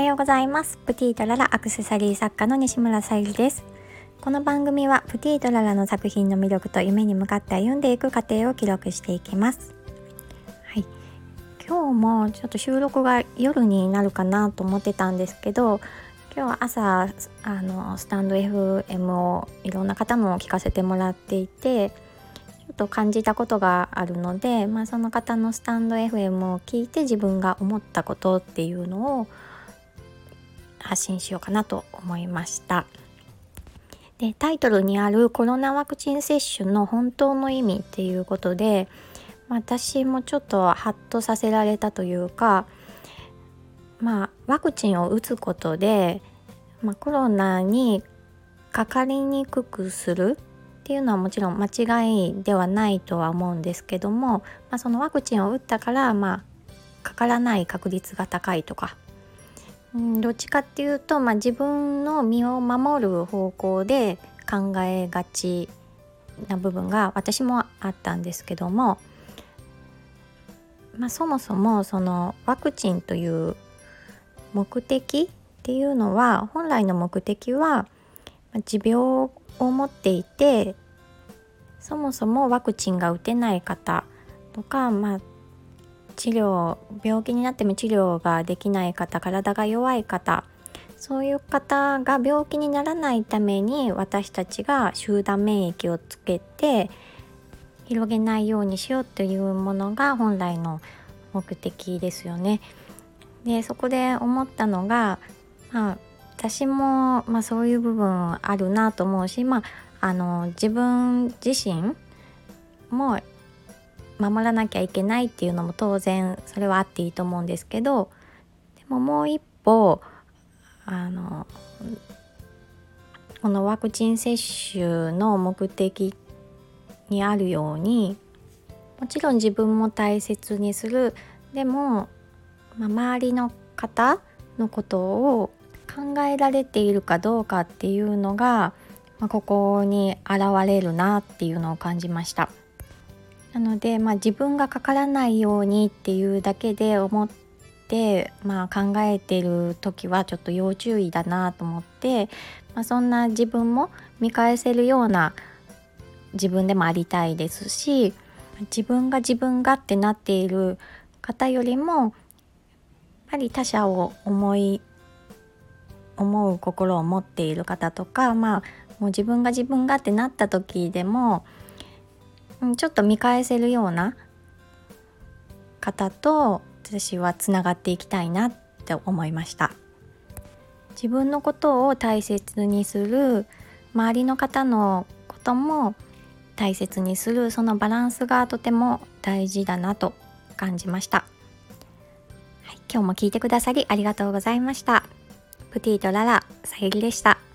ようございます。プティとララアクセサリー作家の西村さゆりです。この番組はプティとララの作品の魅力と夢に向かって歩んでいく過程を記録していきます。はい、今日もちょっと収録が夜になるかなと思ってたんですけど、今日は朝スタンド FM をいろんな方の聞かせてもらっていて、ちょっと感じたことがあるので、その方のスタンド FM を聞いて自分が思ったことっていうのを発信しようかなと思いました。で、タイトルにあるコロナワクチン接種の本当の意味っていうことで、私もちょっとハッとさせられたというか、ワクチンを打つことで、コロナにかかりにくくするっていうのはもちろん間違いではないとは思うんですけども、そのワクチンを打ったからかからない確率が高いとか、どっちかっていうと、自分の身を守る方向で考えがちな部分が私もあったんですけども、そもそもそのワクチンという目的っていうのは、本来の目的は持病を持っていて、そもそもワクチンが打てない方とか、病気になっても治療ができない方、体が弱い方、そういう方が病気にならないために私たちが集団免疫をつけて広げないようにしようというものが本来の目的ですよね。で、そこで思ったのが、私もそういう部分あるなと思うし、自分自身も守らなきゃいけないっていうのも当然それはあっていいと思うんですけど、でももう一歩このワクチン接種の目的にあるように、もちろん自分も大切にする、でも、周りの方のことを考えられているかどうかっていうのが、ここに現れるなっていうのを感じました。なので、自分がかからないようにっていうだけで思って、考えている時はちょっと要注意だなと思って、そんな自分も見返せるような自分でもありたいですし、自分がってなっている方よりも、やっぱり他者を思う心を持っている方とか、もう自分がってなった時でもちょっと見返せるような方と私はつながっていきたいなって思いました。自分のことを大切にする、周りの方のことも大切にする、そのバランスがとても大事だなと感じました。今日も聞いてくださりありがとうございました。プティとララ、さゆりでした。